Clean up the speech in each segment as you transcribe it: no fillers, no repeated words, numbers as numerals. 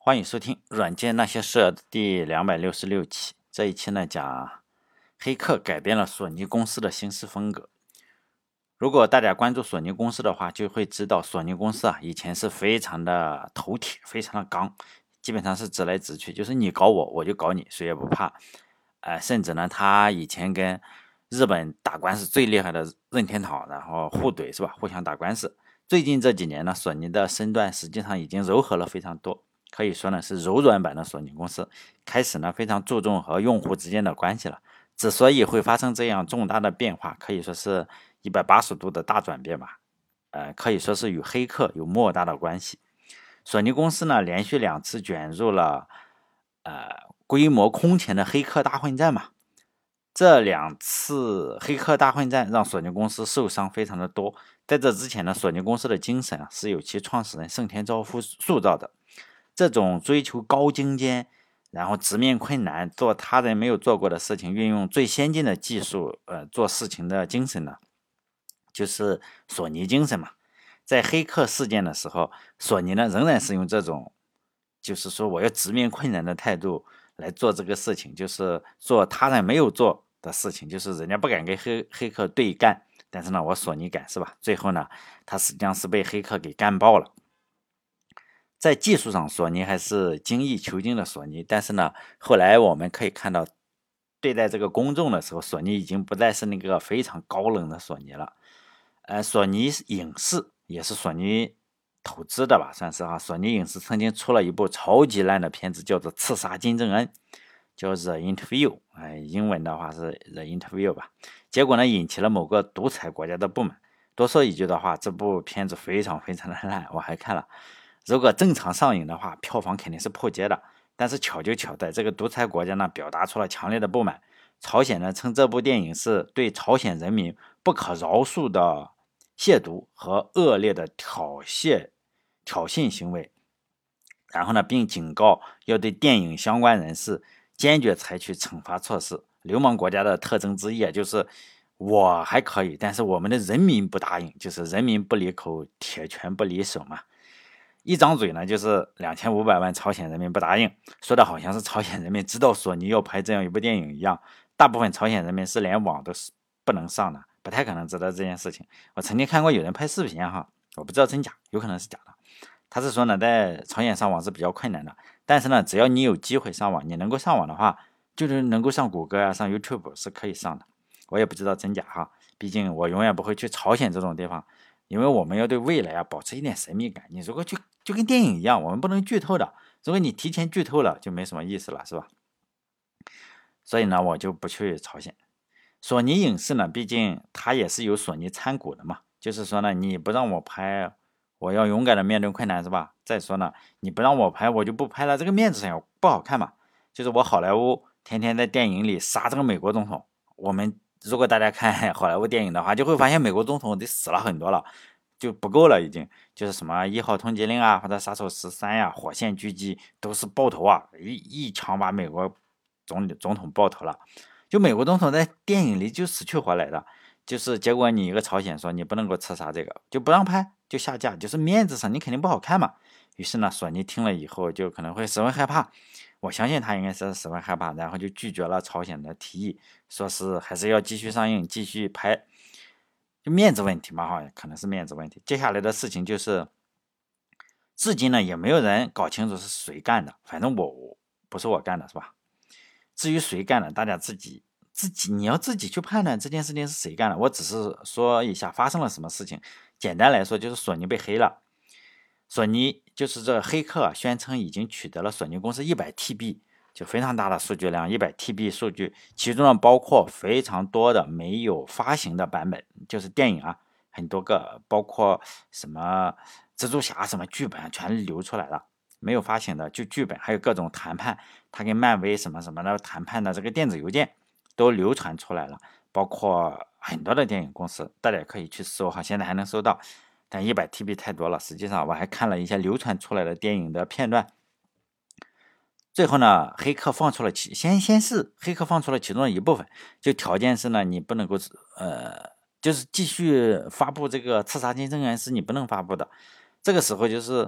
欢迎收听《软件那些事》第266期。这一期呢，讲黑客改变了索尼公司的行事风格。如果大家关注索尼公司的话，就会知道索尼公司以前是非常的头铁，非常的刚，基本上是直来直去，就是你搞我，我就搞你，谁也不怕。甚至呢，他以前跟日本打官司最厉害的任天堂，然后互怼是吧？互相打官司。最近这几年呢，索尼的身段实际上已经柔和了非常多。可以说呢是柔软版的索尼公司，开始呢非常注重和用户之间的关系了。之所以会发生这样重大的变化，可以说是180度的大转变吧。可以说是与黑客有莫大的关系。索尼公司呢连续2次卷入了规模空前的黑客大混战嘛。这2次黑客大混战让索尼公司受伤非常的多。在这之前呢，索尼公司的精神是由其创始人盛田昭夫塑造的。这种追求高精尖，然后直面困难，做他人没有做过的事情，运用最先进的技术做事情的精神呢，就是索尼精神嘛。在黑客事件的时候，索尼呢仍然是用这种就是说我要直面困难的态度来做这个事情，就是做他人没有做的事情，就是人家不敢跟黑客对干，但是呢我索尼敢是吧？最后呢他实际上是被黑客给干爆了。在技术上，索尼还是精益求精的索尼，但是呢，后来我们可以看到，对待这个公众的时候，索尼已经不再是那个非常高冷的索尼了。索尼影视也是索尼投资的吧，算是索尼影视曾经出了一部超级烂的片子，叫做《刺杀金正恩》，叫 The Interview，英文的话是 The Interview 吧。结果呢，引起了某个独裁国家的不满。多说一句的话，这部片子非常非常的烂，我还看了。如果正常上映的话，票房肯定是破街的。但是巧就巧在这个独裁国家呢，表达出了强烈的不满。朝鲜呢称这部电影是对朝鲜人民不可饶恕的亵渎和恶劣的挑衅行为。然后呢，并警告要对电影相关人士坚决采取惩罚措施。流氓国家的特征之一就是我还可以，但是我们的人民不答应，就是人民不离口，铁拳不离手嘛。一张嘴呢就是2500万朝鲜人民不答应，说的好像是朝鲜人民知道索尼要拍这样一部电影一样。大部分朝鲜人民是连网都是不能上的，不太可能知道这件事情。我曾经看过有人拍视频我不知道真假，有可能是假的。他是说呢，在朝鲜上网是比较困难的，但是呢，只要你有机会上网，你能够上网的话，就是能够上谷歌上 YouTube 是可以上的。我也不知道真假毕竟我永远不会去朝鲜这种地方。因为我们要对未来保持一点神秘感，你如果就跟电影一样，我们不能剧透的。如果你提前剧透了，就没什么意思了，是吧？所以呢，我就不去朝鲜。索尼影视呢，毕竟它也是有索尼参股的嘛，就是说呢，你不让我拍，我要勇敢的面对困难，是吧？再说呢，你不让我拍，我就不拍了，这个面子上不好看嘛。就是我好莱坞天天在电影里杀这个美国总统，我们如果大家看好莱坞电影的话，就会发现美国总统得死了很多了，就不够了已经。就是什么1号通缉令或者杀手13火线狙击都是爆头一枪把美国总统爆头了。就美国总统在电影里就死去活来的，就是结果你一个朝鲜说你不能够刺杀这个，就不让拍，就下架，就是面子上你肯定不好看嘛。于是呢，索尼听了以后就可能会十分害怕。我相信他应该是十分害怕，然后就拒绝了朝鲜的提议，说是还是要继续上映，继续拍，就面子问题嘛可能是面子问题。接下来的事情就是，至今呢也没有人搞清楚是谁干的，反正我不是我干的，是吧？至于谁干的，大家自己你要自己去判断这件事情是谁干的。我只是说一下发生了什么事情，简单来说就是索尼被黑了。索尼就是这个黑客宣称已经取得了索尼公司100TB，就非常大的数据量，100TB 数据，其中呢包括非常多的没有发行的版本，就是电影很多个，包括什么蜘蛛侠什么剧本全流出来了，没有发行的就剧本，还有各种谈判，他跟漫威什么什么的谈判的这个电子邮件都流传出来了，包括很多的电影公司，大家可以去搜现在还能搜到。但100TB 太多了，实际上我还看了一些流传出来的电影的片段。最后呢，黑客放出了先是黑客放出了其中的一部分，就条件是呢，你不能够就是继续发布这个刺杀金正恩是你不能发布的。这个时候就是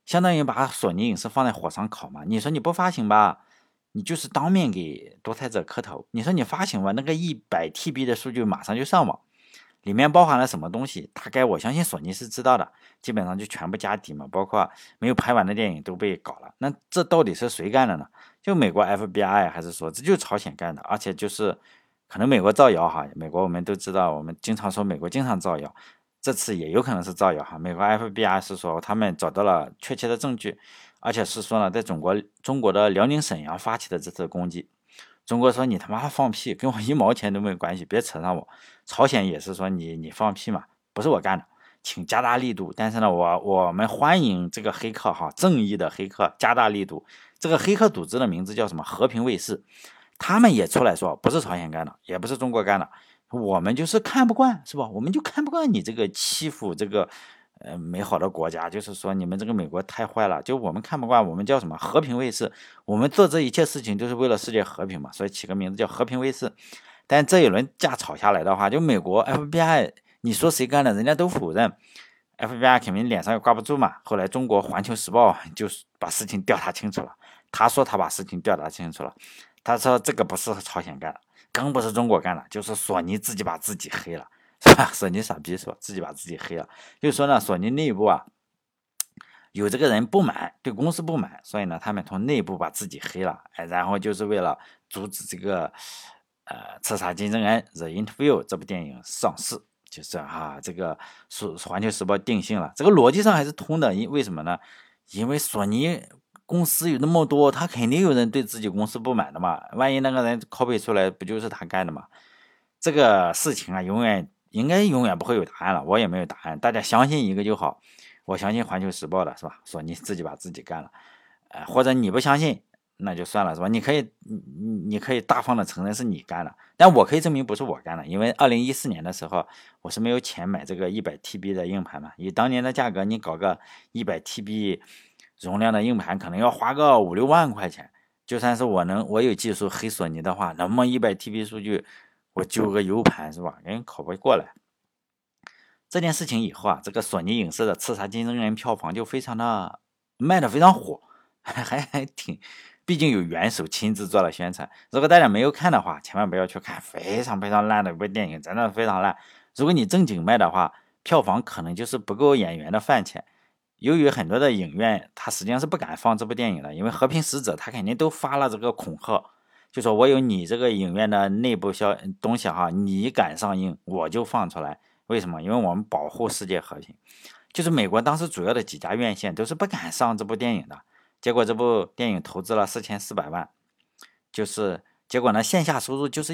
相当于把索尼影视放在火上烤嘛。你说你不发行吧，你就是当面给独裁者磕头；你说你发行吧，那个100TB 的数据马上就上网，里面包含了什么东西，大概我相信索尼是知道的，基本上就全部加底嘛，包括没有拍完的电影都被搞了。那这到底是谁干的呢？就美国 FBI 还是说这就是朝鲜干的？而且就是可能美国造谣哈，美国我们都知道，我们经常说美国经常造谣，这次也有可能是造谣哈。美国 FBI 是说他们找到了确切的证据，而且是说呢，在中国的辽宁沈阳发起的这次攻击。中国说你他妈放屁，跟我1毛钱都没有关系，别扯上我。朝鲜也是说你放屁嘛，不是我干的，请加大力度。但是呢，我们欢迎这个黑客哈，正义的黑客加大力度。这个黑客组织的名字叫什么？和平卫士，他们也出来说不是朝鲜干的，也不是中国干的，我们就是看不惯，是吧？我们就看不惯你这个欺负这个美好的国家，就是说你们这个美国太坏了，就我们看不惯，我们叫什么和平卫士，我们做这一切事情都是为了世界和平嘛，所以起个名字叫和平卫士。但这一轮架吵下来的话，就美国 FBI 你说谁干的，人家都否认，FBI 肯定脸上也挂不住嘛。后来中国环球时报就把事情调查清楚了，他说他把事情调查清楚了，他说这个不是朝鲜干的，更不是中国干的，就是索尼自己把自己黑了，是吧？索尼傻逼说自己把自己黑了，就是说呢，索尼内部啊有这个人不满，对公司不满，所以呢，他们从内部把自己黑了，然后就是为了阻止这个刺杀金正恩 The Interview 这部电影上市，就是这个环球时报定性了，这个逻辑上还是通的，为什么呢？因为索尼公司有那么多，他肯定有人对自己公司不满的嘛，万一那个人 copy 出来，不就是他干的嘛？这个事情啊，应该永远不会有答案了，我也没有答案，大家相信一个就好。我相信环球时报的是吧？索尼自己把自己干了，或者你不相信，那就算了是吧？你可以大方的承认是你干的，但我可以证明不是我干的，因为2014年的时候我是没有钱买这个100TB 的硬盘嘛，以当年的价格，你搞个100TB 容量的硬盘可能要花个5、6万块钱，就算是我有技术黑索尼的话，那么100TB 数据我揪个 U 盘是吧？人拷不过来。这件事情以后啊，这个索尼影视的刺杀金正恩票房就卖的非常火，还挺，毕竟有元首亲自做了宣传。如果大家没有看的话，千万不要去看，非常非常烂的一部电影，真的非常烂。如果你正经卖的话，票房可能就是不够演员的饭钱。由于很多的影院，他实际上是不敢放这部电影的，因为和平使者他肯定都发了这个恐吓，就说我有你这个影院的内部东西哈，你敢上映我就放出来。为什么？因为我们保护世界和平。就是美国当时主要的几家院线都是不敢上这部电影的，结果这部电影投资了4400万，就是结果呢，线下收入就是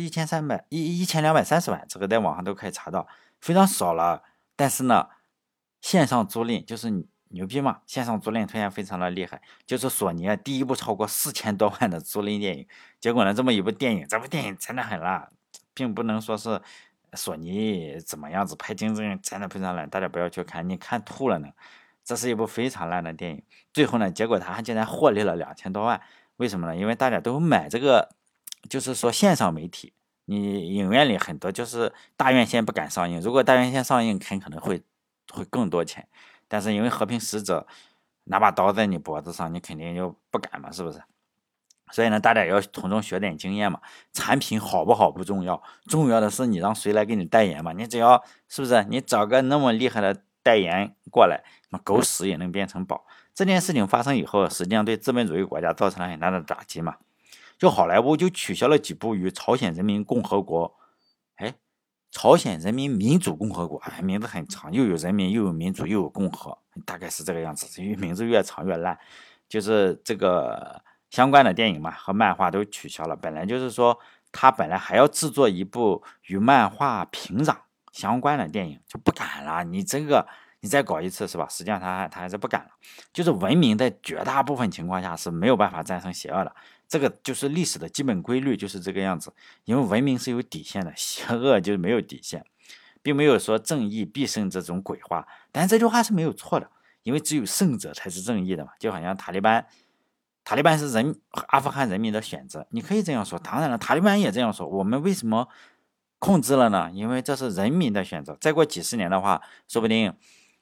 1230万，这个在网上都可以查到，非常少了。但是呢，线上租赁就是牛逼嘛，线上租赁突然非常的厉害，就是索尼第一部超过4000多万的租赁电影，结果呢，这么一部电影，这部电影真的很烂，并不能说是索尼怎么样子拍金正恩真的非常烂，大家不要去看，你看吐了呢。这是一部非常烂的电影，最后呢，结果他还竟然获利了2000多万，为什么呢？因为大家都买这个，就是说线上媒体，你影院里很多就是大院线不敢上映，如果大院线上映，很可能会更多钱，但是因为和平使者拿把刀在你脖子上，你肯定就不敢嘛，是不是？所以呢，大家也要从中学点经验嘛。产品好不好不重要，重要的是你让谁来给你代言嘛。你只要是不是你找个那么厉害的代言过来，那狗屎也能变成宝。这件事情发生以后，实际上对资本主义国家造成了很大的打击嘛。就好莱坞就取消了几部与朝鲜人民共和国，朝鲜人民民主共和国，名字很长，又有人民，又有民主，又有共和，大概是这个样子。名字越长越烂，就是这个相关的电影嘛和漫画都取消了。本来就是说，他本来还要制作一部与漫画平壤相关的电影，就不敢了。你这个你再搞一次是吧？实际上他还是不敢了。就是文明在绝大部分情况下是没有办法战胜邪恶的，这个就是历史的基本规律，就是这个样子。因为文明是有底线的，邪恶就没有底线，并没有说正义必胜这种鬼话。但是这句话是没有错的，因为只有胜者才是正义的嘛。就好像塔利班是阿富汗人民的选择，你可以这样说。当然了，塔利班也这样说。我们为什么控制了呢？因为这是人民的选择。再过几十年的话，说不定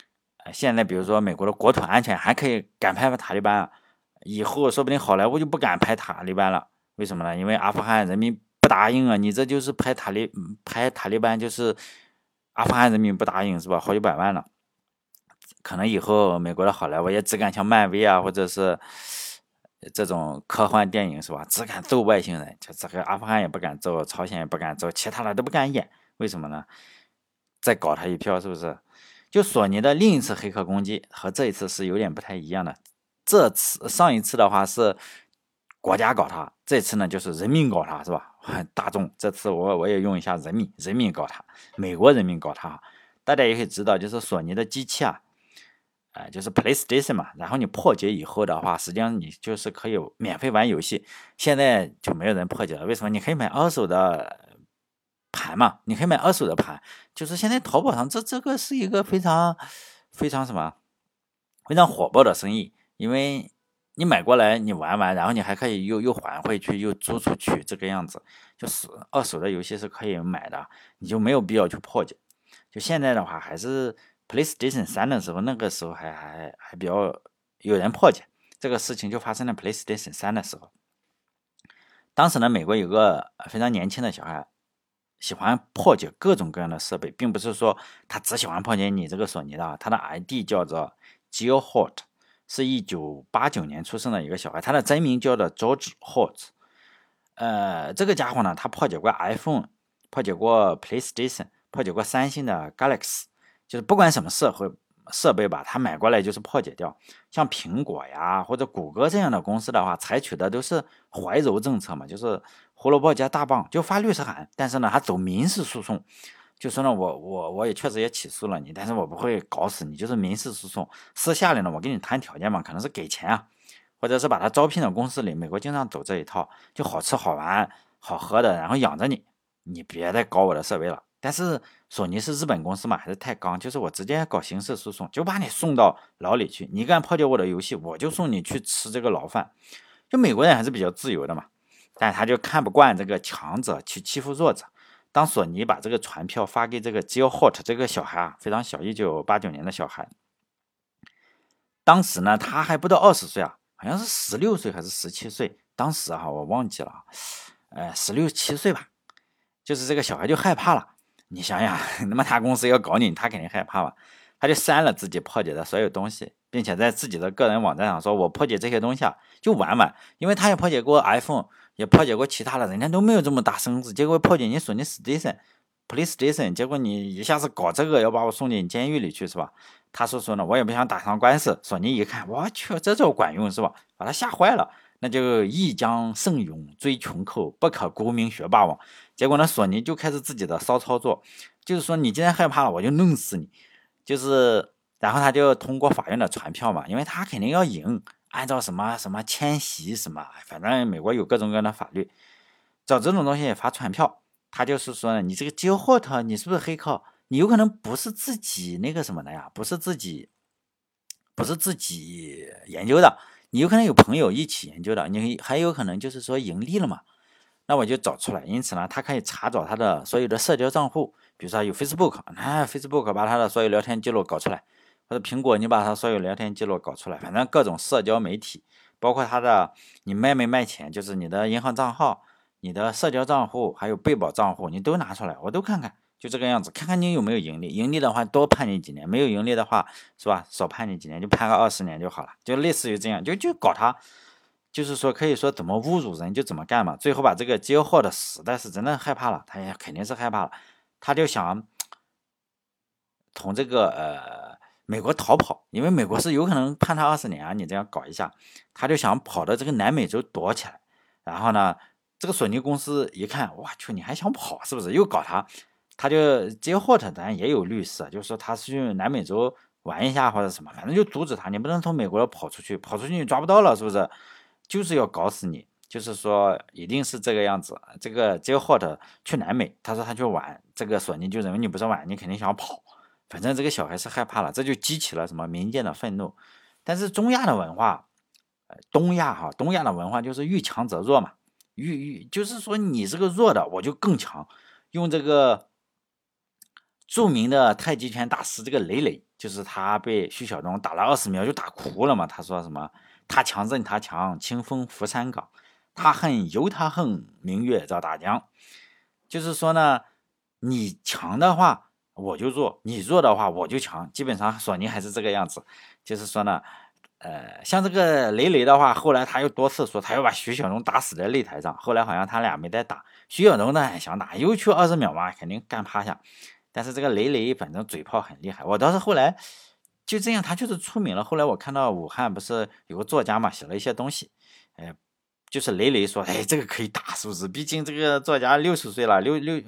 现在比如说美国的国土安全还可以敢拍塔利班啊，以后说不定好莱坞就不敢拍塔利班了。为什么呢？因为阿富汗人民不答应啊，你这就是拍塔利班，就是阿富汗人民不答应是吧？好几百万了，可能以后美国的好莱坞也只敢像漫威啊，或者是这种科幻电影是吧？只敢揍外星人，就这个阿富汗也不敢揍，朝鲜也不敢揍，其他的都不敢演。为什么呢？再搞他一票是不是？就索尼的另一次黑客攻击和这一次是有点不太一样的。上一次的话是国家搞他，这次呢就是人民搞他是吧？大众，这次我也用一下人民搞他，美国人民搞他。大家也可以知道，就是索尼的机器啊，就是 PlayStation 嘛，然后你破解以后的话，实际上你就是可以免费玩游戏。现在就没有人破解了，为什么？你可以买二手的盘嘛，你可以买二手的盘，就是现在淘宝上这个是一个非常什么非常火爆的生意，因为你买过来你玩玩，然后你还可以又还回去又租出去，这个样子，就是二手的游戏是可以买的，你就没有必要去破解。就现在的话，还是 PlayStation 3的时候，那个时候还比较有人破解，这个事情就发生在 PlayStation 3的时候。当时呢，美国有个非常年轻的小孩，喜欢破解各种各样的设备，并不是说他只喜欢破解你这个索尼的，他的 ID 叫做 GeoHot， 是1989年出生的一个小孩，他的真名叫做 George Hot。这个家伙呢，他破解过 iPhone， 破解过 PlayStation， 破解过三星的 Galaxy， 就是不管什么设备吧，他买过来就是破解掉。像苹果呀或者谷歌这样的公司的话，采取的都是怀柔政策嘛，就是胡萝卜加大棒，就发律师函，但是呢，他走民事诉讼，就说呢，我也确实也起诉了你，但是我不会搞死你，就是民事诉讼。私下里呢，我跟你谈条件嘛，可能是给钱啊，或者是把他招聘到公司里，美国经常走这一套，就好吃好玩好喝的，然后养着你，你别再搞我的设备了。但是索尼是日本公司嘛，还是太刚，就是我直接搞刑事诉讼，就把你送到牢里去。你敢破解我的游戏，我就送你去吃这个牢饭。就美国人还是比较自由的嘛，但他就看不惯这个强者去欺负弱者。当索尼把这个传票发给这个 GeoHot 这个小孩啊，非常小，1989年的小孩，当时呢他还不到20岁啊，好像是16岁还是17岁，当时啊我忘记了，16、17岁吧。就是这个小孩就害怕了。你想想，那么他公司要搞你，他肯定害怕吧？他就删了自己破解的所有东西，并且在自己的个人网站上说：“我破解这些东西啊，就玩玩。”因为他也破解过 iPhone，也破解过其他的，人家都没有这么大声势，结果破解你索尼 PlayStation，结果你一下子搞这个，要把我送进监狱里去是吧？他说呢，我也不想打上官司。索尼一看，我去，这招管用是吧？把他吓坏了。那就一将胜勇追穷寇，不可沽名学霸王。结果呢，索尼就开始自己的骚操作，就是说你既然害怕了，我就弄死你。就是，然后他就通过法院的传票嘛，因为他肯定要赢，按照什么什么迁徙什么，反正美国有各种各样的法律，找这种东西也发传票。他就是说呢，你这个 GeoHot 你是不是黑客？你有可能不是自己那个什么的呀，不是自己研究的。你有可能有朋友一起研究的，你还有可能就是说盈利了嘛？那我就找出来。因此呢，他可以查找他的所有的社交账户，比如说有 Facebook， 那 Facebook 把他的所有聊天记录搞出来，或者苹果你把他所有聊天记录搞出来，反正各种社交媒体，包括他的你卖没卖钱，就是你的银行账号、你的社交账户还有备保账户，你都拿出来，我都看看。就这个样子，看看你有没有盈利。盈利的话，多判你几年；没有盈利的话，是吧？少判你几年，就判个20年就好了。就类似于这样，就搞他，就是说可以说怎么侮辱人就怎么干嘛。最后把这个接货的实在是真的害怕了，他也肯定是害怕了，他就想从这个美国逃跑，因为美国是有可能判他20年啊。你这样搞一下，他就想跑到这个南美洲躲起来。然后呢，这个索尼公司一看，哇去，你还想跑是不是？又搞他。他就接货的，当然也有律师，就是说他是去南美洲玩一下或者什么，反正就阻止他，你不能从美国跑出去，跑出去你抓不到了，是不是？就是要搞死你，就是说一定是这个样子。这个接货的去南美，他说他去玩，这个索尼就认为你不是玩，你肯定想跑。反正这个小孩是害怕了，这就激起了什么民间的愤怒。但是中亚的文化，东亚的文化就是遇强则弱嘛，就是说你这个弱的我就更强，用这个著名的太极拳大师这个雷雷， 就是他被徐晓东打了20秒就打哭了嘛。他说什么？他强任他强，清风拂山岗；他恨由他恨，明月照大江。就是说呢，你强的话我就弱，你弱的话我就强。基本上索尼还是这个样子。就是说呢，像这个雷雷的话，后来他又多次说他要把徐晓东打死在擂台上。后来好像他俩没再打，徐晓东呢还想打，又去20秒嘛，肯定干趴下。但是这个雷雷反正嘴炮很厉害，我倒是后来就这样，他就是出名了。后来我看到武汉不是有个作家嘛，写了一些东西，就是雷雷说，这个可以打，是不是？毕竟这个作家60岁了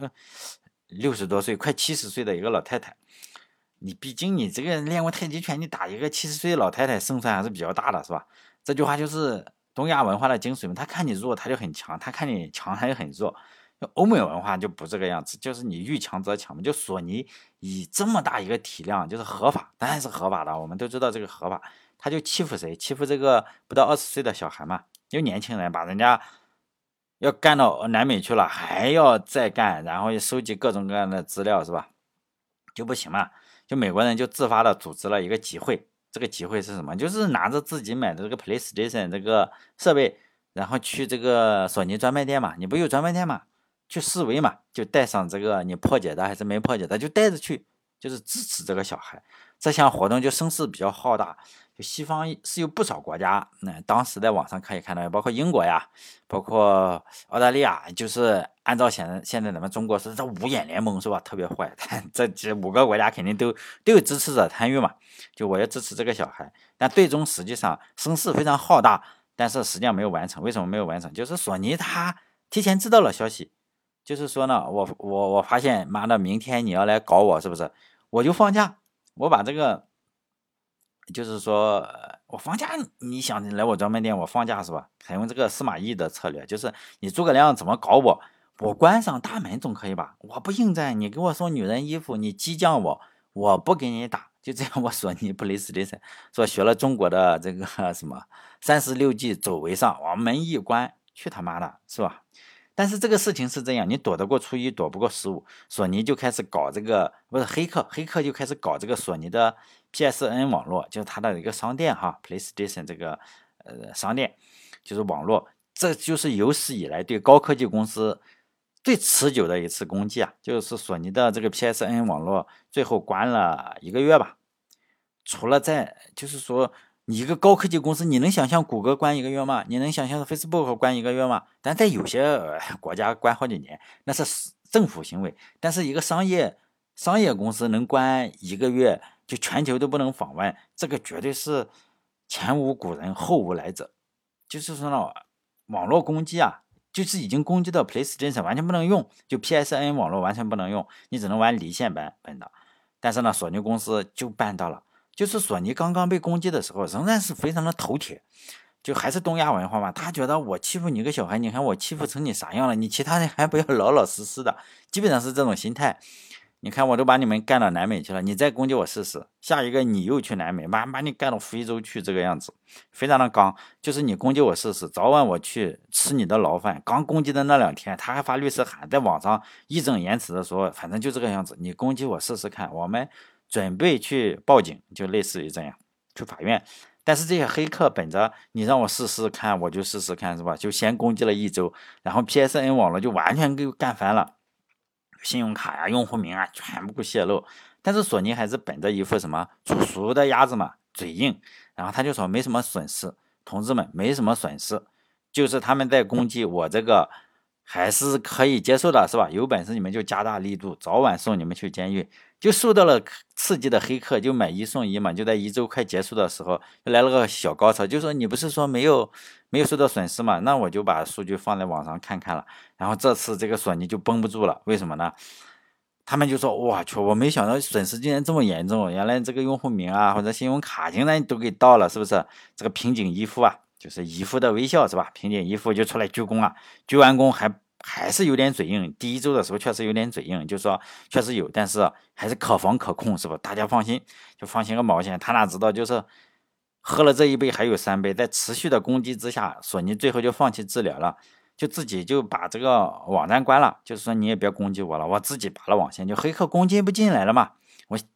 ，60多岁，快70岁的一个老太太。你毕竟你这个练过太极拳，你打一个70岁的老太太胜算还是比较大的，是吧？这句话就是东亚文化的精髓嘛。他看你弱他就很强，他看你强他就很弱。欧美文化就不这个样子，就是你遇强则强嘛。就索尼以这么大一个体量，就是合法，当然是合法的，我们都知道这个合法，他就欺负谁？欺负这个不到20岁的小孩嘛，就年轻人把人家要干到南美去了，还要再干，然后收集各种各样的资料，是吧？就不行嘛。就美国人就自发的组织了一个集会，这个集会是什么？就是拿着自己买的这个 PlayStation 这个设备，然后去这个索尼专卖店嘛，你不有专卖店嘛，去示威嘛，就带上这个你破解的还是没破解的，就带着去，就是支持这个小孩。这项活动就声势比较浩大，就西方是有不少国家，当时在网上可以看到，包括英国呀，包括澳大利亚，就是按照现在咱们中国是这五眼联盟是吧？特别坏，这5个国家肯定都有支持者参与嘛，就我要支持这个小孩，但最终实际上声势非常浩大，但是实际上没有完成。为什么没有完成？就是索尼他提前知道了消息，就是说呢，我发现妈的明天你要来搞我，是不是？我就放假。我把这个，就是说，我放假，你想来我专卖店，我放假是吧？采用这个司马懿的策略，就是你诸葛亮怎么搞我，我关上大门总可以吧？我不应战，你给我送女人衣服，你激将我，我不给你打，就这样。我索尼PlayStation说学了中国的这个什么36计走为上，我门一关，去他妈的，是吧？但是这个事情是这样，你躲得过初一，躲不过15。索尼就开始搞这个，不是黑客就开始搞这个索尼的 PSN 网络，就是它的一个商店哈 ，PlayStation 这个商店就是网络，这就是有史以来对高科技公司最持久的一次攻击啊！就是索尼的这个 PSN 网络最后关了1个月吧，除了就是说。你一个高科技公司，你能想象谷歌关1个月吗？你能想象 Facebook 关1个月吗？但在有些国家关好几年，那是政府行为。但是一个商业公司能关1个月，就全球都不能访问，这个绝对是前无古人后无来者。就是说呢，网络攻击啊，就是已经攻击到 PlayStation 完全不能用，就 PSN 网络完全不能用，你只能玩离线版本的。但是呢，索尼公司就办到了。就是索尼刚刚被攻击的时候，仍然是非常的头铁，就还是东亚文化嘛。他觉得我欺负你个小孩，你看我欺负成你啥样了？你其他人还不要老老实实的，基本上是这种心态。你看我都把你们干到南美去了，你再攻击我试试，下一个你又去南美，把你干到非洲去，这个样子，非常的刚。就是你攻击我试试，早晚我去吃你的牢饭。刚攻击的那2天，他还发律师函，在网上义正言辞的说，反正就这个样子，你攻击我试试看，我们准备去报警，就类似于这样，去法院。但是这些黑客本着你让我试试看，我就试试看，是吧？就先攻击了1周，然后 PSN 网络就完全给干翻了，信用卡呀、用户名啊全部泄露。但是索尼还是本着一副什么煮熟的鸭子嘛，嘴硬，然后他就说没什么损失，同志们没什么损失，就是他们在攻击我这个。还是可以接受的，是吧？有本事你们就加大力度，早晚送你们去监狱。就受到了刺激的黑客就买1送1嘛，就在1周快结束的时候，就来了个小高潮，就说你不是说没有受到损失嘛？那我就把数据放在网上看看了。然后这次这个索尼就绷不住了，为什么呢？他们就说我去，我没想到损失竟然这么严重，原来这个用户名啊或者信用卡竟然都给盗了，是不是？这个平井一夫啊。就是姨父的微笑是吧？平井姨父就出来鞠躬了，鞠完躬还是有点嘴硬。第1周的时候确实有点嘴硬，就说确实有，但是还是可防可控，是吧？大家放心，就放心个毛线。他哪知道，就是喝了这一杯还有3杯，在持续的攻击之下，索尼最后就放弃治疗了，就自己就把这个网站关了，就是说你也别攻击我了，我自己拔了网线，就黑客攻击不进来了嘛。我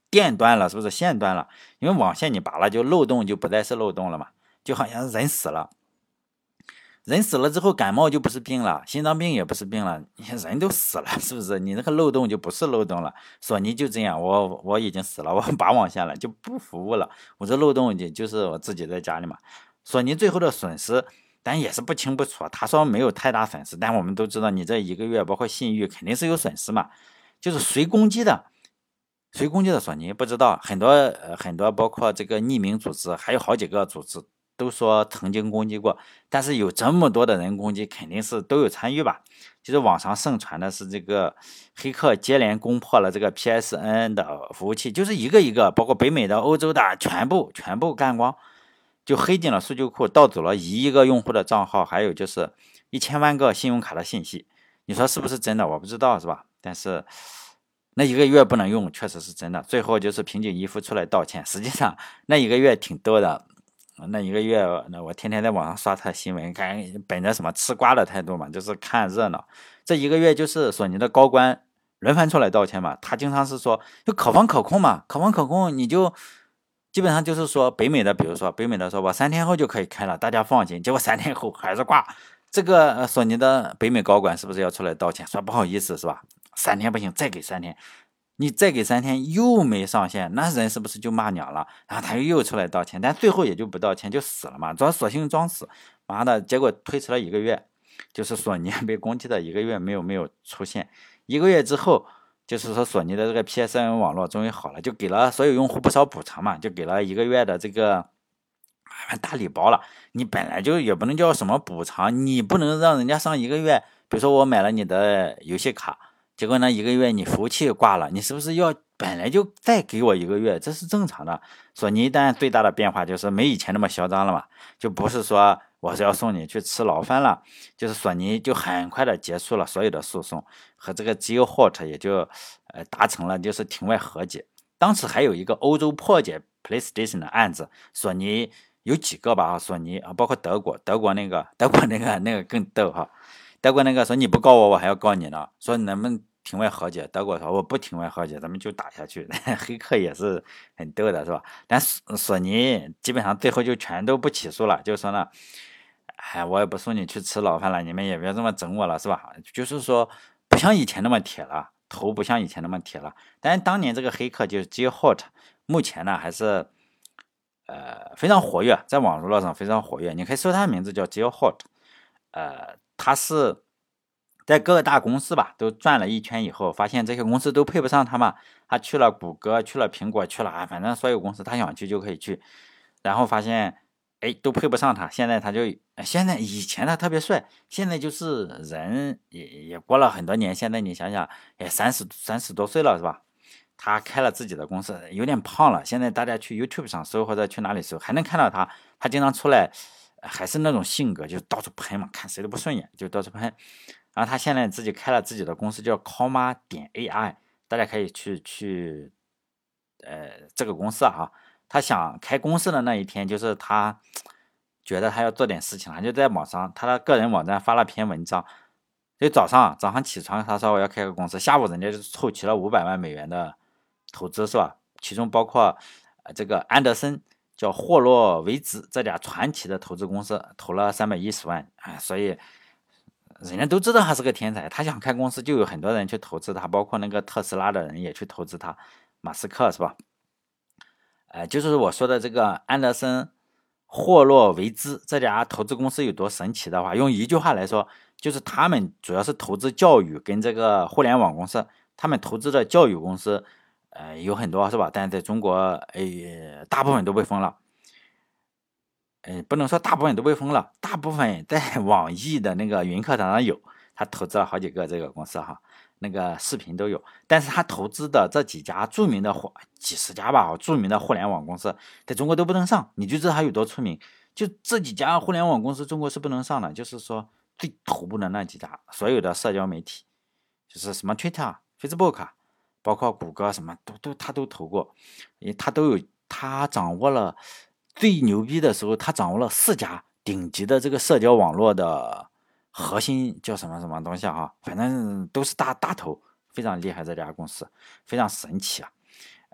电断了，是不是线断了？因为网线你拔了，就漏洞就不再是漏洞了嘛，就好像人死了。人死了之后，感冒就不是病了，心脏病也不是病了，人都死了，是不是？你那个漏洞就不是漏洞了。索尼就这样，我已经死了，我拔网线了，就不服务了。我这漏洞就是我自己在家里嘛。索尼最后的损失，但也是不清不楚。他说没有太大损失，但我们都知道，你这1个月包括信誉肯定是有损失嘛。就是谁攻击的索尼不知道，很多，包括这个匿名组织，还有好几个组织。都说曾经攻击过，但是有这么多的人攻击，肯定是都有参与吧？就是网上盛传的是这个黑客接连攻破了这个 PSN 的服务器，就是一个一个，包括北美的、欧洲的，全部干光，就黑进了数据库，盗走了1亿个用户的账号，还有就是1000万个信用卡的信息。你说是不是真的？我不知道，是吧？但是那1个月不能用，确实是真的。最后就是平井一夫出来道歉，实际上那1个月挺多的。那1个月，那我天天在网上刷他新闻，看本着什么吃瓜的态度嘛，就是看热闹。这1个月就是索尼的高官轮番出来道歉嘛，他经常是说就可防可控嘛，可防可控，你就基本上就是说北美的，比如说北美的说我3天后就可以开了，大家放心，结果3天后还是挂。这个索尼的北美高管是不是要出来道歉，说不好意思是吧？3天不行，再给3天。你再给3天又没上线，那人是不是就骂娘了？然后他又出来道歉，但最后也就不道歉，就死了嘛，索性装死。妈的，结果推迟了1个月，就是索尼被攻击的1个月没有出现。1个月之后，就是说索尼的这个 PSN 网络终于好了，就给了所有用户不少补偿嘛，就给了1个月的这个大礼包了。你本来就也不能叫什么补偿，你不能让人家上1个月，比如说我买了你的游戏卡。结果呢，1个月你服务器挂了，你是不是要本来就再给我1个月？这是正常的。索尼但最大的变化就是没以前那么嚣张了嘛，就不是说我是要送你去吃牢饭了，就是索尼就很快的结束了所有的诉讼，和这个 Geohot 也就达成了就是庭外和解。当时还有一个欧洲破解 PlayStation 的案子，索尼有几个吧？索尼啊，包括德国那个更逗哈。德国那个说你不告我，我还要告你呢。说能不能庭外和解？德国说我不庭外和解，咱们就打下去。黑客也是很逗的，是吧？但索尼基本上最后就全都不起诉了，就说呢，哎，我也不送你去吃牢饭了，你们也别这么整我了，是吧？就是说不像以前那么铁了，头不像以前那么铁了。但是当年这个黑客就是 Geohot，目前呢还是非常活跃，在网络上非常活跃。你可以搜他的名字叫 Geohot，他是在各个大公司吧都转了一圈以后，发现这些公司都配不上他嘛，他去了谷歌，去了苹果，去了反正所有公司他想去就可以去，然后发现哎都配不上他，现在以前他特别帅，现在就是人也过了很多年，现在你想想也三十多岁了是吧？他开了自己的公司，有点胖了。现在大家去 YouTube 上搜或者去哪里搜，还能看到他。他经常出来，还是那种性格，就到处喷嘛，看谁都不顺眼，就到处喷。然后他现在自己开了自己的公司，叫 Comma.ai， 大家可以去这个公司啊。他想开公司的那一天，就是他觉得他要做点事情，他就在网上他的个人网站发了篇文章。就早上起床，他说我要开个公司，下午人家就凑齐了$500万的投资是吧？其中包括这个安德森叫霍洛维兹这俩传奇的投资公司投了310万，所以人家都知道他是个天才。他想开公司，就有很多人去投资他，包括那个特斯拉的人也去投资他，马斯克是吧？就是我说的这个安德森、霍洛维兹这家投资公司有多神奇的话，用一句话来说，就是他们主要是投资教育跟这个互联网公司，他们投资的教育公司，有很多是吧？但是在中国，大部分都被封了。不能说大部分都被封了，大部分在网易的那个云课堂上有，他投资了好几个这个公司哈，那个视频都有。但是他投资的这几家著名的几十家吧，著名的互联网公司，在中国都不能上，你就知道他有多出名。就这几家互联网公司，中国是不能上的，就是说最头部的那几家，所有的社交媒体，就是什么 Twitter、Facebook，包括谷歌什么他都投过，他掌握了。最牛逼的时候，他掌握了4家顶级的这个社交网络的核心叫什么什么东西啊？反正都是大头，非常厉害。这家公司非常神奇啊！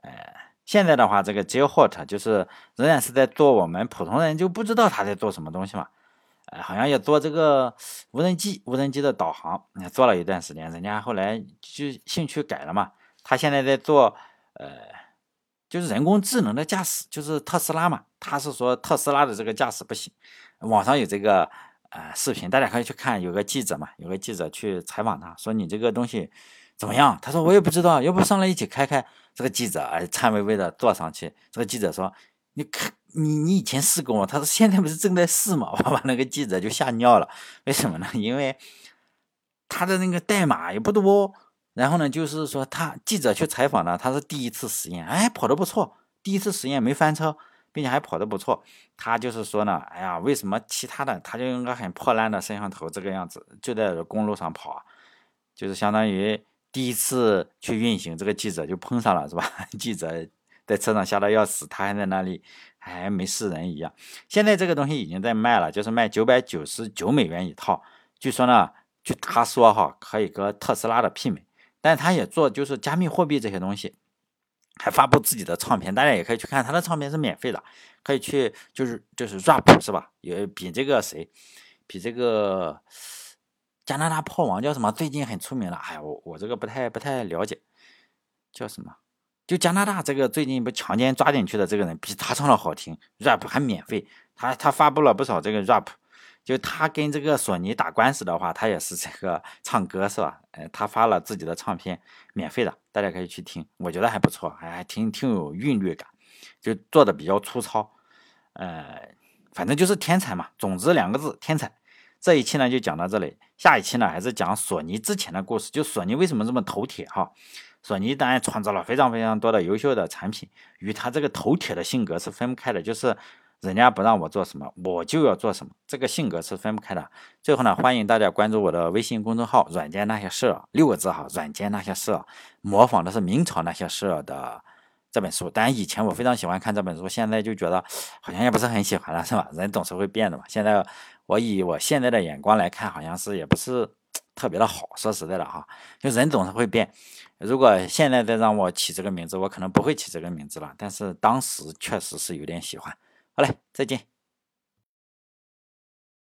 现在的话，这个 Geohot 就是仍然是在做我们普通人就不知道他在做什么东西嘛。好像也做这个无人机的导航，做了一段时间，人家后来就兴趣改了嘛。他现在在做就是人工智能的驾驶，就是特斯拉嘛。他是说特斯拉的这个驾驶不行，网上有这个视频，大家可以去看。有个记者去采访他，说你这个东西怎么样？他说我也不知道，要不上来一起开开。这个记者颤巍巍的坐上去。这个记者说你看你以前试过吗？他说现在不是正在试吗？我把那个记者就吓尿了。为什么呢？因为他的那个代码也不多。然后呢，就是说他记者去采访呢，他是第一次实验，跑得不错，第一次实验没翻车，并且还跑得不错。他就是说呢，为什么其他的他就用个很破烂的摄像头这个样子就在公路上跑啊？就是相当于第一次去运行，这个记者就碰上了，是吧？记者在车上吓得要死，他还在那里还没事人一样。现在这个东西已经在卖了，就是卖$999一套。据说呢，他说可以跟特斯拉的媲美。但他也做就是加密货币这些东西，还发布自己的唱片，大家也可以去看，他的唱片是免费的，可以去就是 rap 是吧？也比这个加拿大炮王叫什么？最近很出名了。我这个不太了解，叫什么？就加拿大这个最近被强奸抓进去的这个人，比他唱的好听 ，rap 还免费。他发布了不少这个 rap。就他跟这个索尼打官司的话，他也是这个唱歌是吧？他发了自己的唱片，免费的，大家可以去听，我觉得还不错，还挺有韵律感，就做的比较粗糙。反正就是天才嘛，总之2个字，天才。这一期呢就讲到这里，下一期呢还是讲索尼之前的故事，就索尼为什么这么头铁哈？索尼当然创造了非常非常多的优秀的产品，与他这个头铁的性格是分不开的，就是人家不让我做什么，我就要做什么，这个性格是分不开的。最后呢，欢迎大家关注我的微信公众号"软件那些事儿"，6个字哈，"软件那些事儿"，模仿的是明朝那些事儿的这本书。当然以前我非常喜欢看这本书，现在就觉得好像也不是很喜欢了，是吧？人总是会变的嘛。现在我以我现在的眼光来看，好像是也不是特别的好。说实在的哈，就人总是会变。如果现在再让我起这个名字，我可能不会起这个名字了。但是当时确实是有点喜欢。好嘞，再见。